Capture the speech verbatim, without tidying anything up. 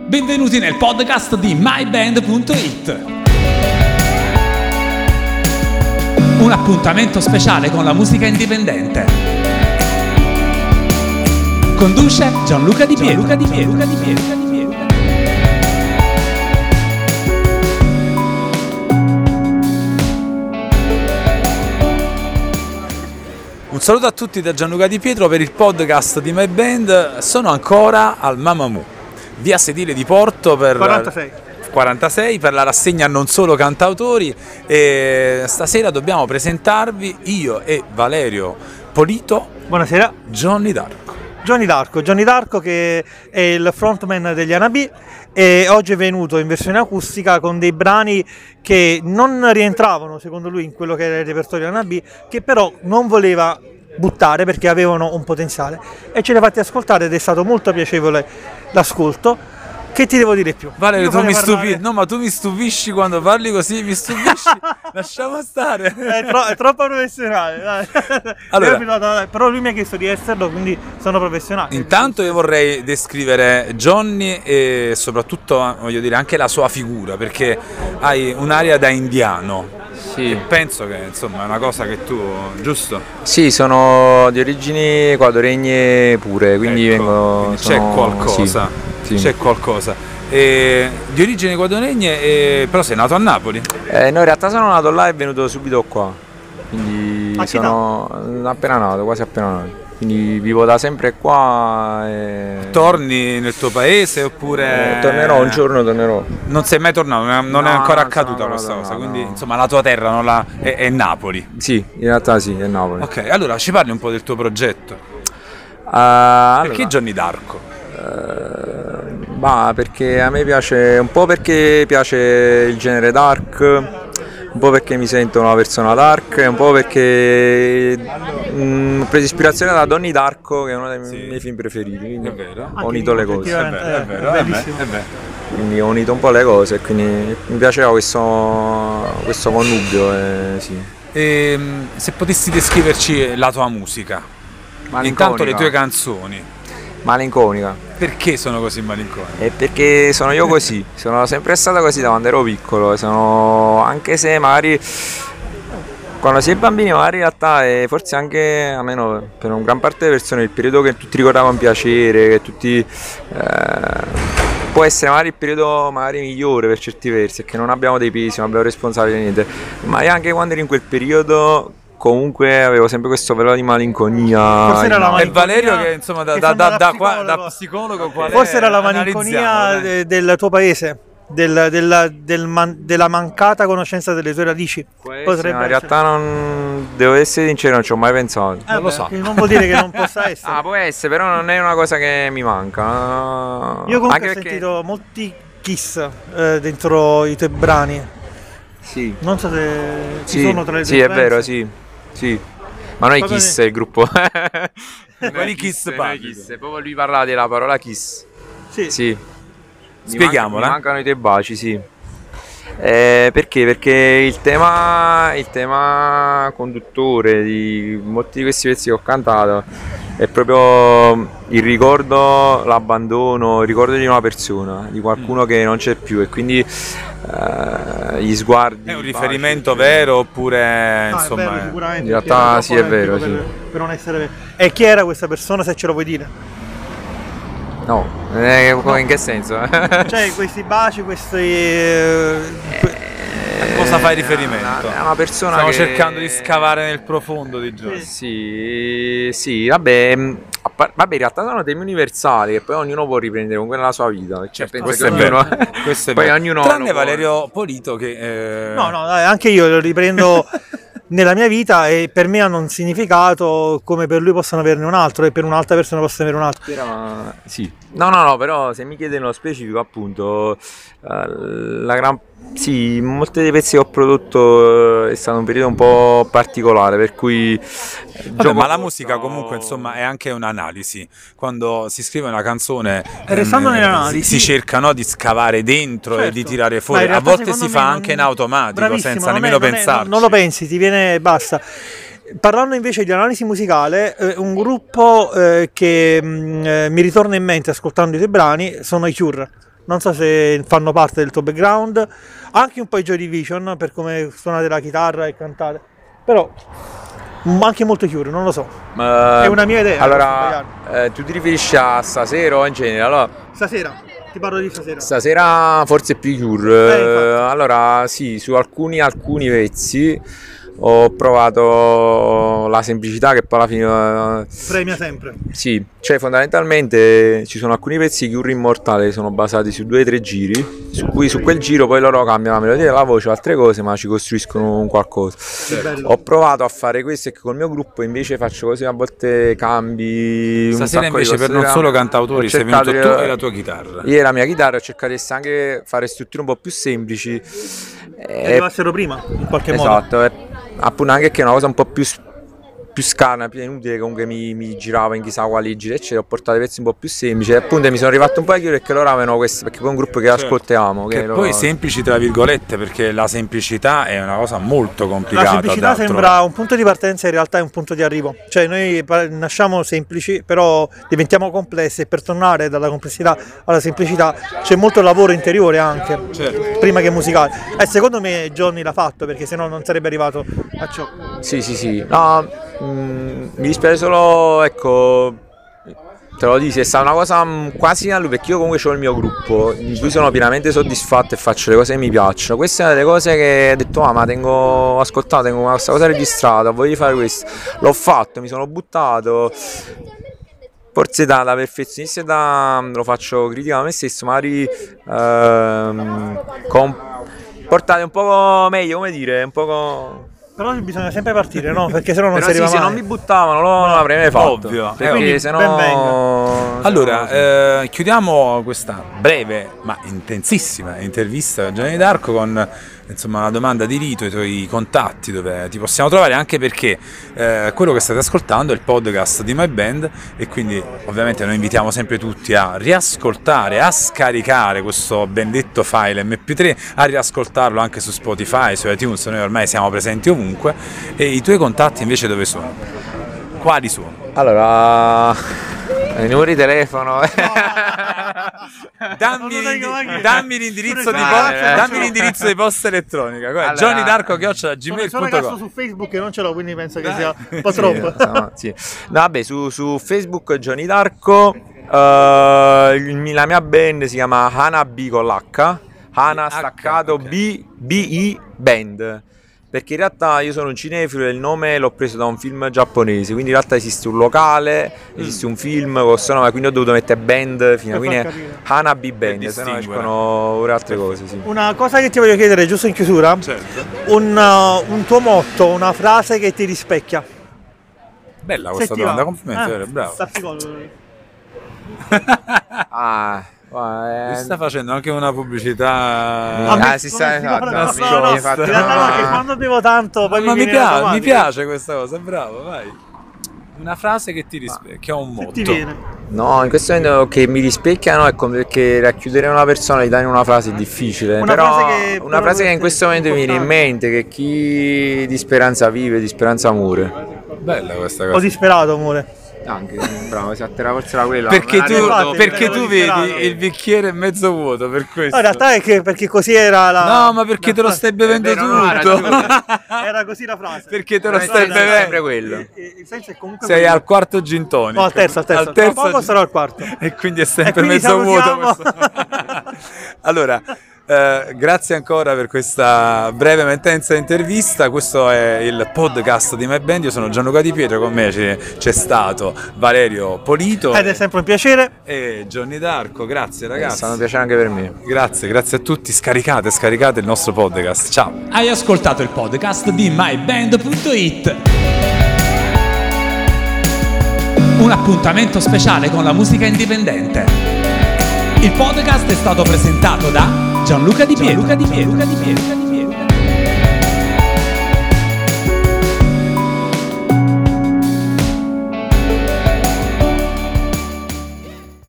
Benvenuti nel podcast di my band punto it. Un appuntamento speciale con la musica indipendente. Conduce Gianluca Di Pietro. Gianluca Di Pietro. Gianluca Di Pietro. Un saluto a tutti da Gianluca Di Pietro per il podcast di My Band. Sono ancora al Mamamoo, via Sedile di Porto per quarantasei. quarantasei per la rassegna Non Solo Cantautori, e stasera dobbiamo presentarvi io e Valerio Polito. Buonasera. Johnny Darko. Johnny Darko, Johnny Darko che è il frontman degli Anabì e oggi è venuto in versione acustica con dei brani che non rientravano secondo lui in quello che era il repertorio Anabì, che però non voleva buttare perché avevano un potenziale, e ce li ha fatti ascoltare ed è stato molto piacevole l'ascolto. Che ti devo dire più? Valerio, tu mi parlare... stupisci. No, ma tu mi stupisci quando parli così, mi stupisci. Lasciamo stare. È, tro- è troppo professionale. Dai. Allora, però lui mi ha chiesto di esserlo, quindi sono professionale. Intanto io vorrei descrivere Johnny e soprattutto, voglio dire, anche la sua figura, perché hai un'aria da indiano. Sì. E penso che insomma è una cosa che tu, giusto? Sì, sono di origini equadoregne pure, quindi Ecco, vengo. quindi sono... c'è qualcosa. Sì, sì. C'è qualcosa. E, di origini equadoregne, e, però sei nato a Napoli? Eh, no, in realtà sono nato là e venuto subito qua. Quindi A che sono appena nato, quasi appena nato. Quindi vivo da sempre qua. E... Torni nel tuo paese oppure? Eh, tornerò un giorno, tornerò. Non sei mai tornato, non è, non No, è ancora non sono accaduta ancora questa tornato, cosa, quindi no. insomma la tua terra non la, è, è Napoli. Sì, in realtà sì, è Napoli. Ok, allora ci parli un po' del tuo progetto. Uh, Perché allora, Johnny Darko? eh, bah, perché a me piace, un po' perché piace il genere dark, un po' perché mi sento una persona dark, e un po' perché mh, ho preso ispirazione da Donnie Darko, che è uno dei Sì. miei film preferiti, quindi È vero. ho unito le cose. È vero, è vero, è vero, è vero. Quindi ho unito un po' le cose e quindi mi piaceva questo, questo connubio. E, sì. E, se potessi descriverci la tua musica, intanto le tue canzoni, Malinconica. perché sono così malinconiche? È perché sono io così, sono sempre stato così da quando ero piccolo, sono, anche se magari quando si è bambini magari in realtà è forse anche, almeno per una gran parte delle persone, il periodo che tutti ricordavano con piacere, che tutti eh, può essere magari il periodo magari migliore per certi versi, che non abbiamo dei pesi, non abbiamo responsabilità, niente, ma anche quando ero in quel periodo comunque avevo sempre questo velo di malinconia. Forse era la E malinconia Valerio che insomma da, che da, sembra da, da da, qua- psicologo. da psicologo qual è? Forse era la Analizziamo, malinconia dai. de- del tuo paese, del, del, del man- della mancata conoscenza delle tue radici. Potrebbe Ma in essere. realtà non devo essere sincero, non ci ho mai pensato. Eh non lo beh, so. Non vuol dire che non possa essere. Ah, può essere, però non è una cosa che mi manca. no. Io comunque Anche ho perché- sentito molti Kiss eh, dentro i tuoi brani. Sì, Non so se ci sì, sono tra le tue sì, è influenze. vero, sì, sì. Ma noi Proprio Kiss sì. è il gruppo. Quali Kiss noi parli? Kiss, è proprio lui parla della parola Kiss. Sì. Sì. Mi Spieghiamola. manca- Mi mancano i tuoi baci, sì. Eh, perché? Perché il tema, il tema conduttore di molti di questi pezzi che ho cantato è proprio il ricordo, l'abbandono, il ricordo di una persona, di qualcuno che non c'è più, e quindi eh, gli sguardi. È un i riferimento baci, vero oppure No, insomma è vero, è- sicuramente. in realtà perché sì, è troppo vero, epico per, sì. per non essere vero. E chi era questa persona, se ce lo vuoi dire? No, eh, in che senso? Cioè, questi baci, questi. eh, que- a cosa fai riferimento? È una persona Stiamo che- cercando di scavare nel profondo di Johnny. Sì, sì, vabbè, mh, a par- vabbè, in realtà sono temi universali che poi ognuno può riprendere comunque nella sua vita. Cioè, penso Questo che è ognuno- vero. Questo è poi vero. ognuno Tranne lo può- Valerio Polito che eh, No, no, dai, anche io lo riprendo nella mia vita e per me hanno un significato come per lui possono averne un altro e per un'altra persona possono avere un altro. Però, sì. No, no, no, però se mi chiede nello specifico, appunto, eh, la gran sì, molti dei pezzi che ho prodotto eh, è stato un periodo un po' particolare, per cui eh, Vabbè, gioco ma la molto- musica comunque insomma è anche un'analisi. Quando si scrive una canzone E restando ehm, nell'analisi- si cerca, no, di scavare dentro e Certo. di tirare Ma fuori. in A realtà, volte secondo si me, fa non- anche in automatico Bravissimo, senza non è- nemmeno non è- pensarci. non lo pensi, ti viene e basta. Parlando invece di analisi musicale, eh, un gruppo eh, che mh, eh, mi ritorna in mente ascoltando i tuoi brani sono i Cure. non so se fanno parte del tuo background, anche un po' i Joy Division per come suonate la chitarra e cantate, però anche molto Cure, non lo so. Ma, è una mia idea. Allora, eh, tu ti riferisci a stasera o in genere? Allora, stasera, ti parlo di stasera. Stasera forse più Cure. Eh, allora, sì, su alcuni, alcuni pezzi ho provato la semplicità che poi alla fine... Premia sempre. Sì, cioè fondamentalmente ci sono alcuni pezzi Cure Immortale che sono basati su due o tre giri, su cui su quel giro poi loro cambiano la melodia, la voce, altre cose, ma ci costruiscono un qualcosa. Bello. Ho provato a fare questo e che col mio gruppo invece faccio così, a volte cambi. Stasera un sacco di invece cose. per non solo cantautori Ho sei venuto cercato tu di- e la tua chitarra. Io e la mia chitarra ho cercato di anche fare strutture un po' più semplici. Che E- arrivassero prima, in qualche modo. esatto, e appunto anche che è una cosa un po' più, s- più scarna, più inutile, che comunque mi, mi girava in chissà quali giri, eccetera. Ho portato i pezzi un po' più semplici e appunto mi sono arrivato un po' a chiudere perché loro avevano questo, perché poi è un gruppo che Certo. ascoltiamo. Che Che loro- poi semplici tra virgolette, perché la semplicità è una cosa molto complicata. La semplicità d'altro. sembra un punto di partenza, in realtà è un punto di arrivo. Cioè noi pa- nasciamo semplici, però diventiamo complessi e per tornare dalla complessità alla semplicità c'è molto lavoro interiore anche, Certo. prima che musicale. E secondo me Johnny l'ha fatto, perché sennò non sarebbe arrivato a ciò. Sì, sì, sì. No, mm, mi dispiace solo, ecco, te lo dici, è stata una cosa mm, quasi a lui, perché io comunque ho il mio gruppo, in cui sono pienamente soddisfatto e faccio le cose che mi piacciono. Queste sono delle cose che ho detto, ah, ma tengo, ho ascoltato, tengo questa cosa registrata, voglio fare questo. L'ho fatto, mi sono buttato. Forse da, da perfezionista e da, lo faccio critica a me stesso, magari ehm, con, portate un po' meglio, come dire, un po'... Però bisogna sempre partire, no? Perché sennò non Però si sì, arriva se mai. non mi buttavano lo- non l'avrei mai fatto. Ovvio. Perché Quindi se ben no... venga. Allora, eh, chiudiamo questa breve ma intensissima intervista a Gianni D'Arco con insomma una domanda di rito, i tuoi contatti, dove ti possiamo trovare, anche perché eh, quello che state ascoltando è il podcast di My Band e quindi ovviamente noi invitiamo sempre tutti a riascoltare, a scaricare questo benedetto file emme pi tre, a riascoltarlo anche su Spotify, su iTunes, noi ormai siamo presenti ovunque. E i tuoi contatti invece dove sono? Quali sono? Allora, i numeri di telefono. Dammi, Non lo dico mai. dammi l'indirizzo di, Sono po- esatto. dammi l'indirizzo di posta elettronica. Guarda, Allora- Johnny D'Arco chiocciola Sono, gmail sono punto ragazzo com. su Facebook e non ce l'ho, quindi penso che sia un po' Sì, troppo. insomma, sì. No, vabbè, su, su Facebook Johnny D'Arco, eh, il- la mia band si chiama Hana B con l'H, Hana H, staccato ok. B, B I Band. Perché in realtà io sono un cinefilo e il nome l'ho preso da un film giapponese, quindi in realtà esiste un locale, esiste un film con questo nome, quindi ho dovuto mettere band fino, Per quindi far è capire. Hana B Band, Per se no distinguere. escono ore altre cose, sì. Una cosa che ti voglio chiedere, giusto in chiusura, Certo. un, uh, un tuo motto, una frase che ti rispecchia. Bella questa Se ti va. domanda, complimenti, Eh, vero, bravo. sta psicologo. Ah, guarda, Mi eh, sta facendo anche una pubblicità. A me- Ah, si sta- come si esatto, parla? no, sì, No, no, mi hai in fatto- realtà no, perché no. quando bevo tanto poi Ma mi, viene piace, mi automatico. piace questa cosa, bravo, vai. Una frase che ti rispecchia, che ha un Se motto. ti viene. No, in questo momento che mi rispecchiano è come perché racchiudere una personalità in una frase è difficile. Una però frase che- una però frase che in questo momento mi viene in importante. mente che chi di speranza vive, di speranza muore. Bella questa Ho cosa. disperato, amore. Anche, bravo, esatto, era forse era quella. Perché me la tu, ricordo infatti, perché ero tu disperato. vedi il bicchiere mezzo vuoto, per questo. No, in realtà è che perché così era la. No, ma perché te lo stai bevendo È vero, no, hai tutto? ragione. Era così la frase. Perché te lo Eh, stai sì, sempre bevendo? quello. Il, il senso è comunque Sei quello. al quarto gin tonic. No, al terzo, al terzo. Tra poco gin- sarò al quarto. E quindi è sempre E quindi mezzo vuoto. salutiamo. questo. Allora, eh, grazie ancora per questa breve ma intensa intervista. Questo è il podcast di My Band. Io sono Gianluca Di Pietro, con me c'è, c'è stato Valerio Polito Ed è sempre un piacere. e Johnny D'Arco. Grazie È ragazzi. stato un piacere anche per me. Grazie, grazie a tutti. Scaricate, scaricate il nostro podcast. Ciao. Hai ascoltato il podcast di my band punto it. Un appuntamento speciale con la musica indipendente. Il podcast è stato presentato da Gianluca Di Pietro. Gianluca Di Pietro.